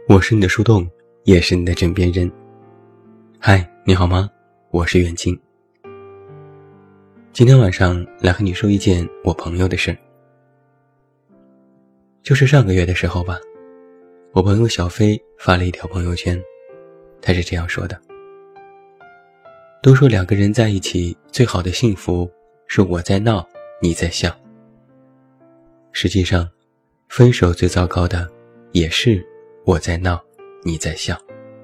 我是你的树洞，也是你的枕边人。嗨，你好吗？我是远近。今天晚上来和你说一件我朋友的事。就是上个月的时候吧，我朋友小飞发了一条朋友圈，他是这样说的：都说两个人在一起最好的幸福是我在闹，你在笑。实际上，分手最糟糕的也是我在闹，你在笑。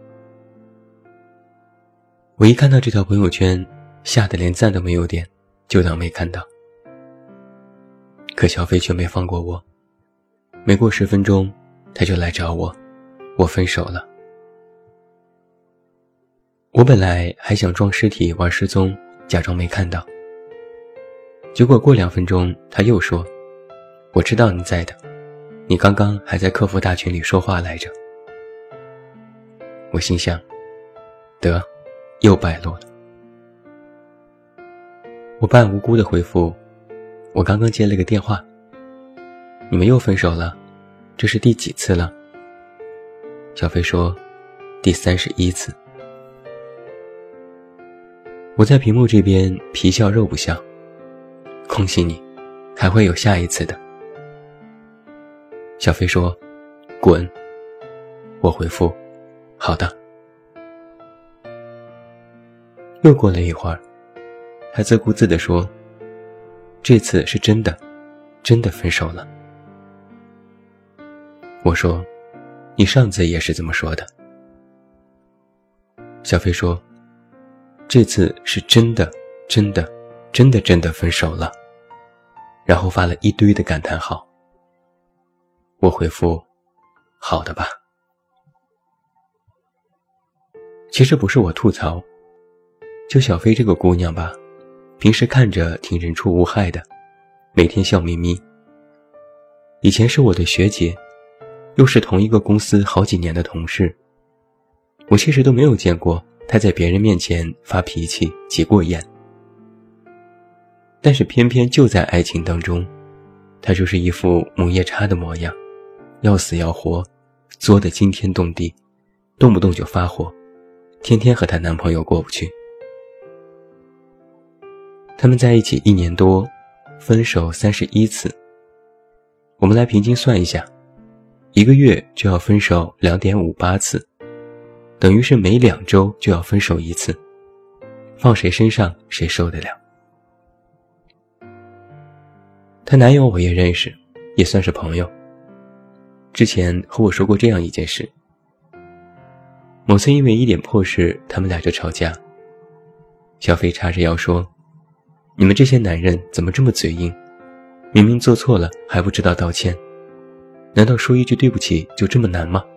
我一看到这条朋友圈，吓得连赞都没有点，就当没看到。可小飞却没放过我，没过10分钟，他就来找我，我分手了。我本来还想装尸体玩失踪，假装没看到。结果过2分钟，他又说：我知道你在的，你刚刚还在客服大群里说话来着。我心想，得，又败露了。我半无辜地回复：我刚刚接了个电话。你们又分手了？这是第几次了？小飞说：第31次。我在屏幕这边皮笑肉不笑，恭喜你，还会有下一次的。小飞说：滚。我回复：好的。又过了一会儿，他自顾自地说：这次是真的，真的分手了。我说：你上次也是这么说的。小飞说：这次是真的，真的，真的真的分手了。然后发了一堆的感叹号。我回复：好的吧。其实不是我吐槽，就小飞这个姑娘吧，平时看着挺人畜无害的，每天笑眯眯。以前是我的学姐，又是同一个公司好几年的同事，我其实都没有见过她在别人面前发脾气起过眼。但是偏偏就在爱情当中，她就是一副母夜叉的模样，要死要活，作得惊天动地，动不动就发火，天天和她男朋友过不去。他们在一起1年多，分手31次。我们来平均算一下，1个月就要分手2.58次，等于是每2周就要分手1次，放谁身上谁受得了。她男友我也认识，也算是朋友。之前和我说过这样一件事，某次因为一点破事，他们俩就吵架。小飞叉着腰说：你们这些男人怎么这么嘴硬，明明做错了还不知道道歉，难道说一句对不起就这么难吗？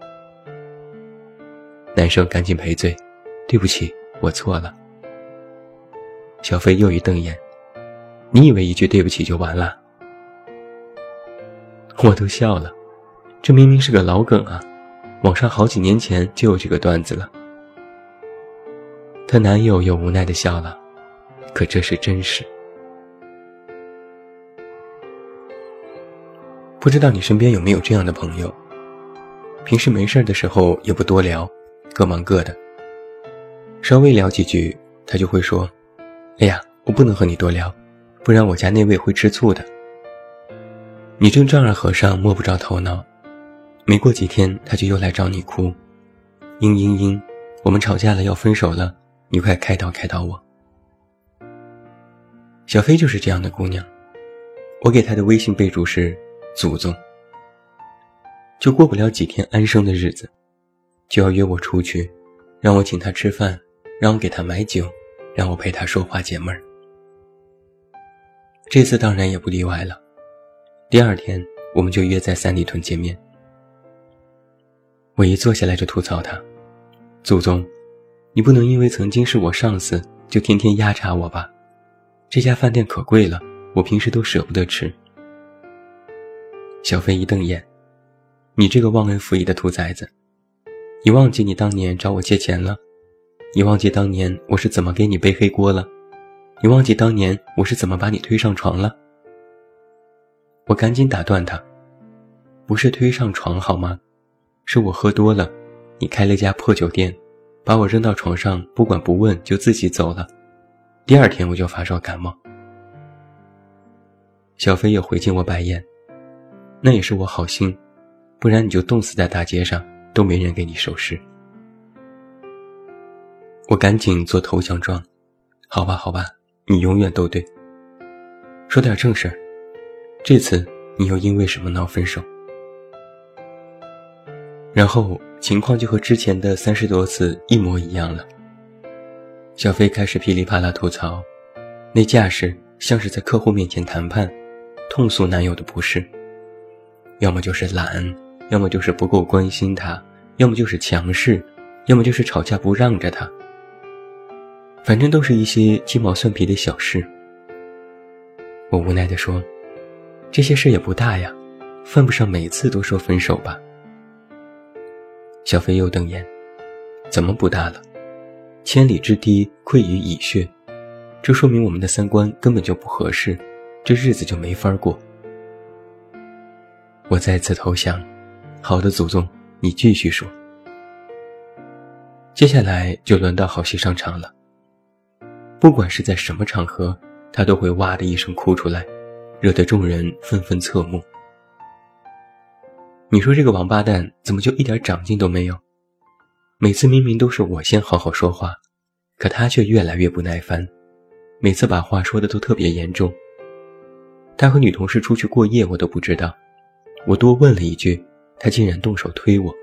男生赶紧赔罪：对不起，我错了。小飞又一瞪眼：你以为一句对不起就完了？我都笑了，这明明是个老梗啊，网上好几年前就有这个段子了。她男友又无奈地笑了，可这是真实。不知道你身边有没有这样的朋友，平时没事的时候也不多聊，各忙各的，稍微聊几句他就会说：哎呀，我不能和你多聊，不然我家那位会吃醋的。你正丈二和尚摸不着头脑，没过几天他就又来找你哭：嘤，我们吵架了，要分手了，你快开导开导我。小飞就是这样的姑娘，我给她的微信备注是祖宗。就过不了几天安生的日子，就要约我出去，让我请她吃饭，让我给她买酒，让我陪她说话解闷儿。这次当然也不例外了，第2天我们就约在三里屯见面。我一坐下来就吐槽她：祖宗，你不能因为曾经是我上司就天天压榨我吧，这家饭店可贵了，我平时都舍不得吃。小飞一瞪眼：你这个忘恩负义的兔崽子，你忘记你当年找我借钱了？你忘记当年我是怎么给你背黑锅了？你忘记当年我是怎么把你推上床了？我赶紧打断他：不是推上床好吗？ 是我喝多了，你开了家破酒店，把我扔到床上，不管不问就自己走了，第二天我就发烧感冒。小飞也回敬我白眼，那也是我好心，不然你就冻死在大街上，都没人给你收尸。我赶紧做投降状，好吧好吧，你永远都对。说点正事儿，这次你又因为什么闹分手？然后情况就和之前的30多次一模一样了。小飞开始噼里啪啦吐槽，那架势像是在客户面前谈判，痛诉男友的不是，要么就是懒，要么就是不够关心他，要么就是强势，要么就是吵架不让着他，反正都是一些鸡毛蒜皮的小事。我无奈地说，这些事也不大呀，犯不上每次都说分手吧。小飞又瞪眼，怎么不大了？千里之堤溃于蚁穴，这说明我们的三观根本就不合适，这日子就没法过。我再次投降，好的祖宗，你继续说。接下来就轮到好戏上场了，不管是在什么场合，他都会哇的一声哭出来，惹得众人纷纷侧目。你说这个王八蛋怎么就一点长进都没有？每次明明都是我先好好说话，可他却越来越不耐烦，每次把话说的都特别严重。他和女同事出去过夜我都不知道，我多问了一句，他竟然动手推我。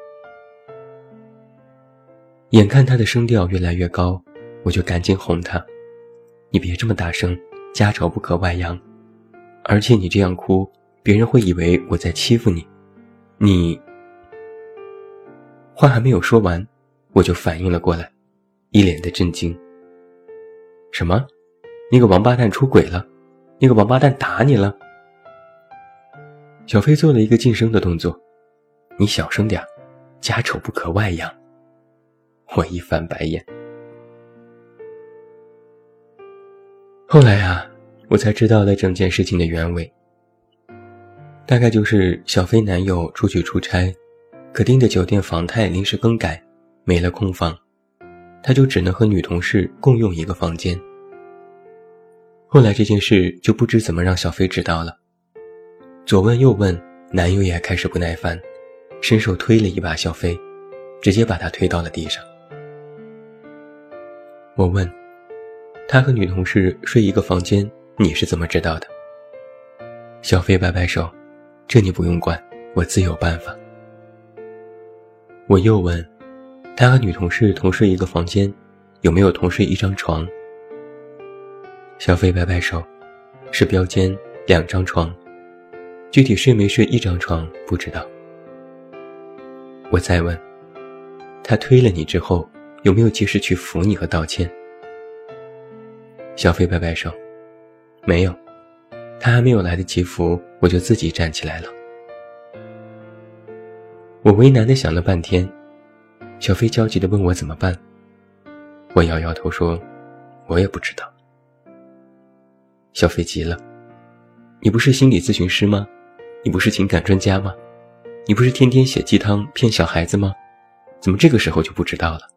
眼看他的声调越来越高，我就赶紧哄他，你别这么大声，家丑不可外扬，而且你这样哭，别人会以为我在欺负你。你……话还没有说完，我就反应了过来，一脸的震惊。什么？那个王八蛋出轨了？那个王八蛋打你了？小飞做了一个噤声的动作，你小声点，家丑不可外扬。我一翻白眼。后来啊，我才知道了整件事情的原委。大概就是小飞男友出去出差，可订的酒店房态临时更改，没了空房，他就只能和女同事共用一个房间。后来这件事就不知怎么让小飞知道了，左问右问，男友也开始不耐烦，伸手推了一把小飞，直接把他推到了地上。我问，他和女同事睡一个房间，你是怎么知道的？小飞摆摆手，这你不用管，我自有办法。我又问，他和女同事同睡一个房间，有没有同睡一张床？小飞摆摆手，是标间2张床，具体睡没睡一张床不知道。我再问，他推了你之后，有没有及时去扶你和道歉？小飞摆摆手，没有，他还没有来得及扶，我就自己站起来了。我为难地想了半天，小飞焦急地问我怎么办。我摇摇头说，我也不知道。小飞急了，你不是心理咨询师吗？你不是情感专家吗？你不是天天写鸡汤骗小孩子吗？怎么这个时候就不知道了？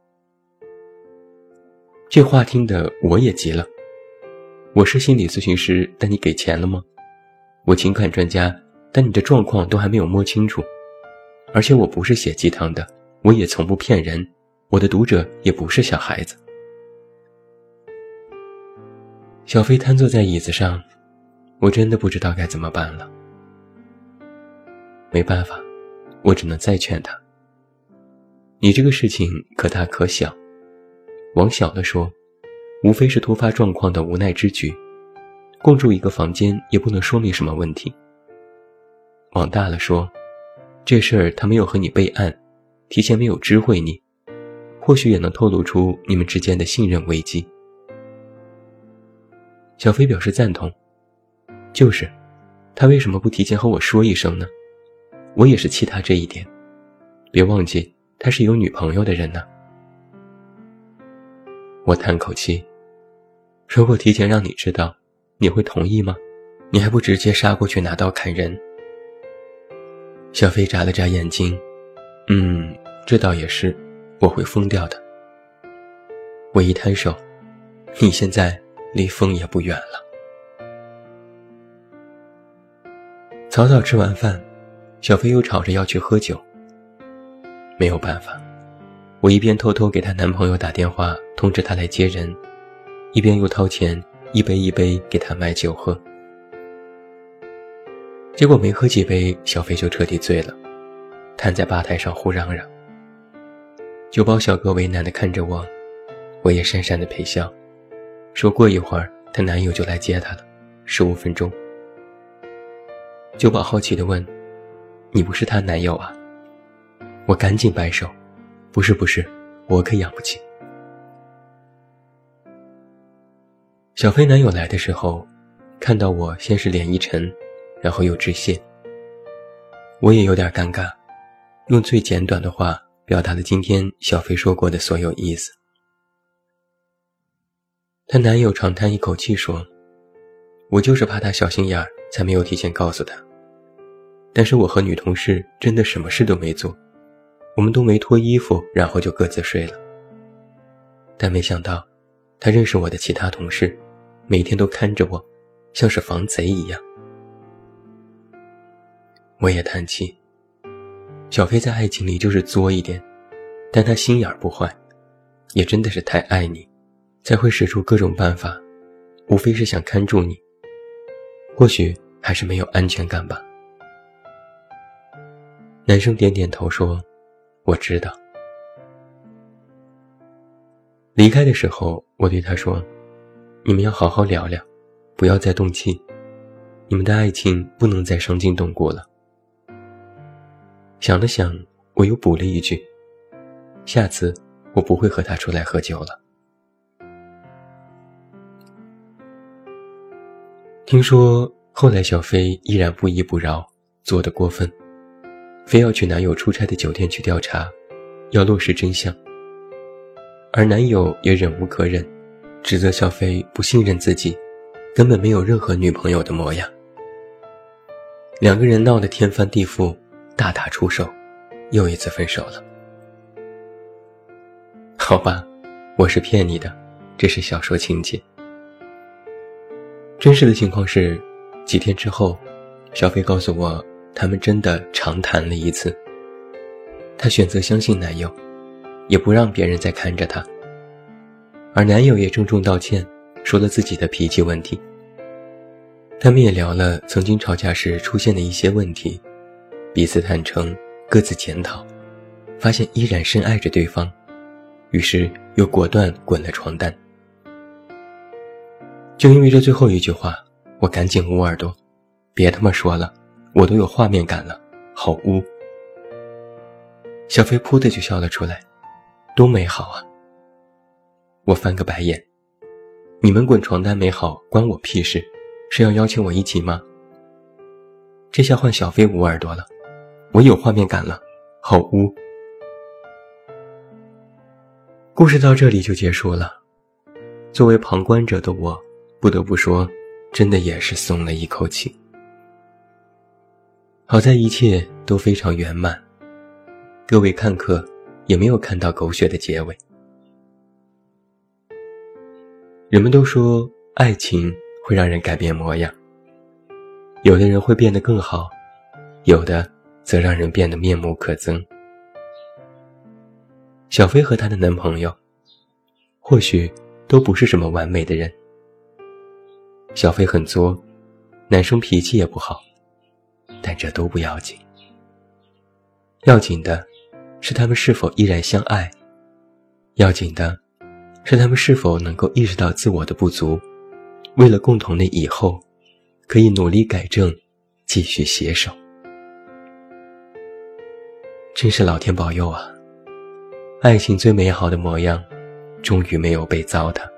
这话听得我也急了，我是心理咨询师，但你给钱了吗？我情感专家，但你的状况都还没有摸清楚，而且我不是写鸡汤的，我也从不骗人，我的读者也不是小孩子。小飞瘫坐在椅子上，我真的不知道该怎么办了。没办法，我只能再劝他，你这个事情可大可小，往小了说，无非是突发状况的无奈之举，共住一个房间也不能说明什么问题。往大了说，这事儿他没有和你备案，提前没有知会你，或许也能透露出你们之间的信任危机。小飞表示赞同，就是他为什么不提前和我说一声呢？我也是气他这一点，别忘记他是有女朋友的人呢。我叹口气，如果提前让你知道，你会同意吗？你还不直接杀过去拿刀砍人？小飞眨了眨眼睛， 这倒也是，我会疯掉的。我一摊手，你现在离疯也不远了。草草吃完饭，小飞又吵着要去喝酒。没有办法，我一边偷偷给她男朋友打电话通知她来接人，一边又掏钱一杯一杯给她买酒喝。结果没喝几杯，小飞就彻底醉了，瘫在吧台上呼嚷嚷。酒保小哥为难地看着我，我也讪讪地陪笑，说过一会儿她男友就来接她了，15分钟。酒保好奇地问，你不是她男友啊？我赶紧摆手，不是，我可养不起。小飞男友来的时候，看到我先是脸一沉，然后又致谢。我也有点尴尬，用最简短的话表达了今天小飞说过的所有意思。她男友长叹一口气说，我就是怕她小心眼儿，才没有提前告诉她。但是我和女同事真的什么事都没做，我们都没脱衣服，然后就各自睡了。但没想到她认识我的其他同事，每天都看着我，像是防贼一样。我也叹气，小飞在爱情里就是作一点，但她心眼不坏，也真的是太爱你，才会使出各种办法，无非是想看住你，或许还是没有安全感吧。男生点点头说，我知道。离开的时候，我对他说，你们要好好聊聊，不要再动气，你们的爱情不能再伤筋动骨了。想了想，我又补了一句，下次我不会和他出来喝酒了。听说后来小飞依然不依不饶，做得过分，非要去男友出差的酒店去调查，要落实真相。而男友也忍无可忍，指责小飞不信任自己，根本没有任何女朋友的模样。两个人闹得天翻地覆，大打出手，又一次分手了。好吧，我是骗你的，这是小说情节。真实的情况是，几天之后，小飞告诉我，他们真的长谈了一次。她选择相信男友，也不让别人再看着她。而男友也郑重道歉，说了自己的脾气问题。他们也聊了曾经吵架时出现的一些问题，彼此坦诚，各自检讨，发现依然深爱着对方，于是又果断滚了床单。就因为这最后一句话，我赶紧捂耳朵，别他妈说了，我都有画面感了，好污。小飞扑的就笑了出来，多美好啊。我翻个白眼，你们滚床单没好关我屁事，是要邀请我一起吗？这下换小飞捂耳朵了，我有画面感了，好污。故事到这里就结束了。作为旁观者的我，不得不说，真的也是松了一口气。好在一切都非常圆满，各位看客也没有看到狗血的结尾。人们都说爱情会让人改变模样，有的人会变得更好，有的则让人变得面目可憎。小飞和她的男朋友或许都不是什么完美的人，小飞很作，男生脾气也不好，但这都不要紧，要紧的是他们是否依然相爱，要紧的是他们是否能够意识到自我的不足，为了共同的以后，可以努力改正，继续携手。真是老天保佑啊，爱情最美好的模样终于没有被糟蹋。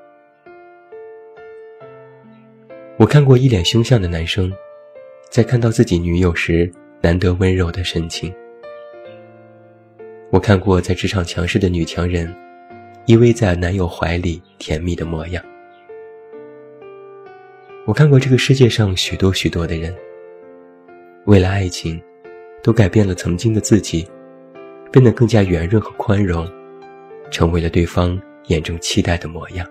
我看过一脸凶相的男生，在看到自己女友时难得温柔的神情。我看过在职场强势的女强人依偎在男友怀里甜蜜的模样。我看过这个世界上许多许多的人，为了爱情都改变了曾经的自己， 变得更加圆润和宽容，成为了对方眼中期待的模样。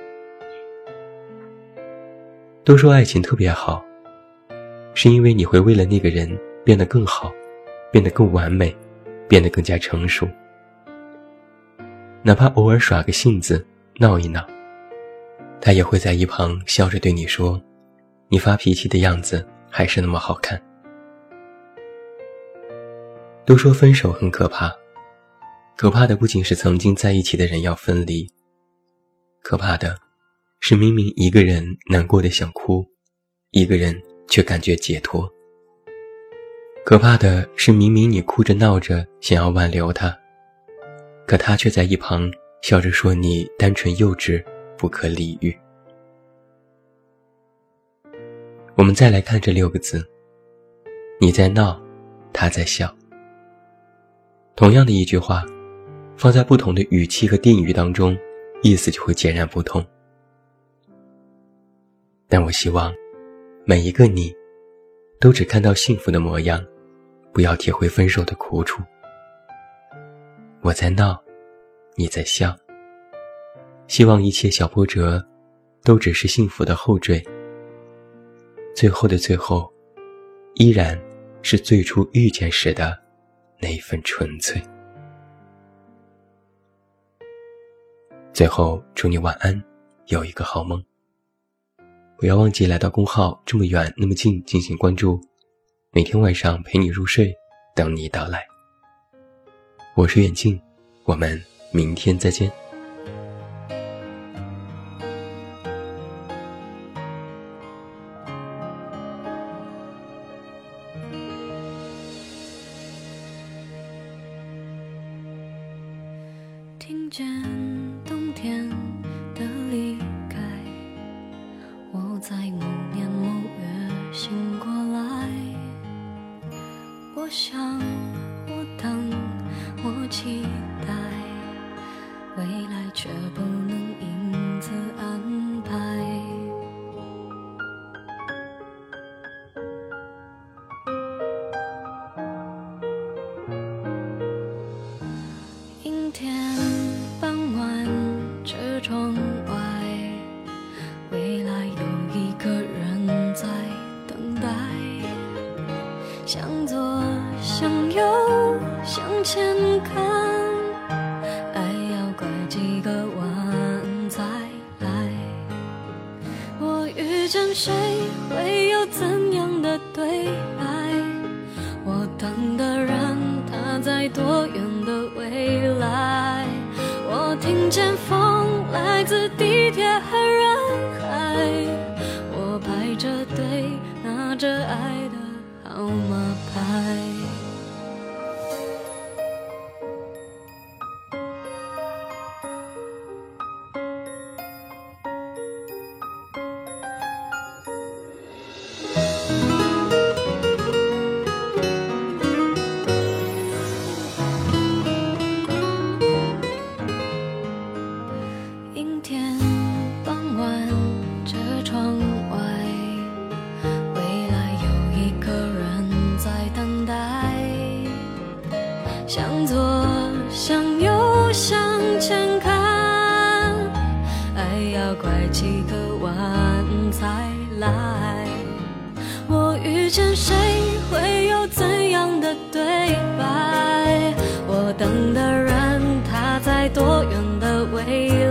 都说爱情特别好，是因为你会为了那个人变得更好，变得更完美，变得更加成熟。哪怕偶尔耍个性子，闹一闹，他也会在一旁笑着对你说，你发脾气的样子还是那么好看。都说分手很可怕，可怕的不仅是曾经在一起的人要分离，可怕的是明明一个人难过的想哭，一个人却感觉解脱。可怕的是明明你哭着闹着想要挽留他，可他却在一旁笑着说你单纯幼稚，不可理喻。我们再来看这6个字，你在闹，他在笑。同样的一句话，放在不同的语气和定语当中，意思就会截然不同。但我希望每一个你都只看到幸福的模样，不要体会分手的苦楚。我在闹，你在笑，希望一切小波折都只是幸福的后缀，最后的最后依然是最初遇见时的那一份纯粹。最后祝你晚安，有一个好梦。不要忘记来到公号这么远那么近进行关注，每天晚上陪你入睡，等你到来。我是远近，我们明天再见。 听见冬天的离开，我在某年某月醒过来。我想，我等，我期待，未来却不能因此安排。阴天傍晚，车窗外，未来有一个人在等待。向左，向右，向前看，爱要拐几个弯才来。我遇见谁，会有怎样的对白？我等的人，他在多远的未来？我听见风来自地铁和人海，我排着队拿着爱的号码牌。阴天傍晚，车窗外，未来有一个人在等待。向左，向右，向前看，爱要拐几个弯才来。我遇见谁，会有怎样的对白？我等的人，他在多远的未来？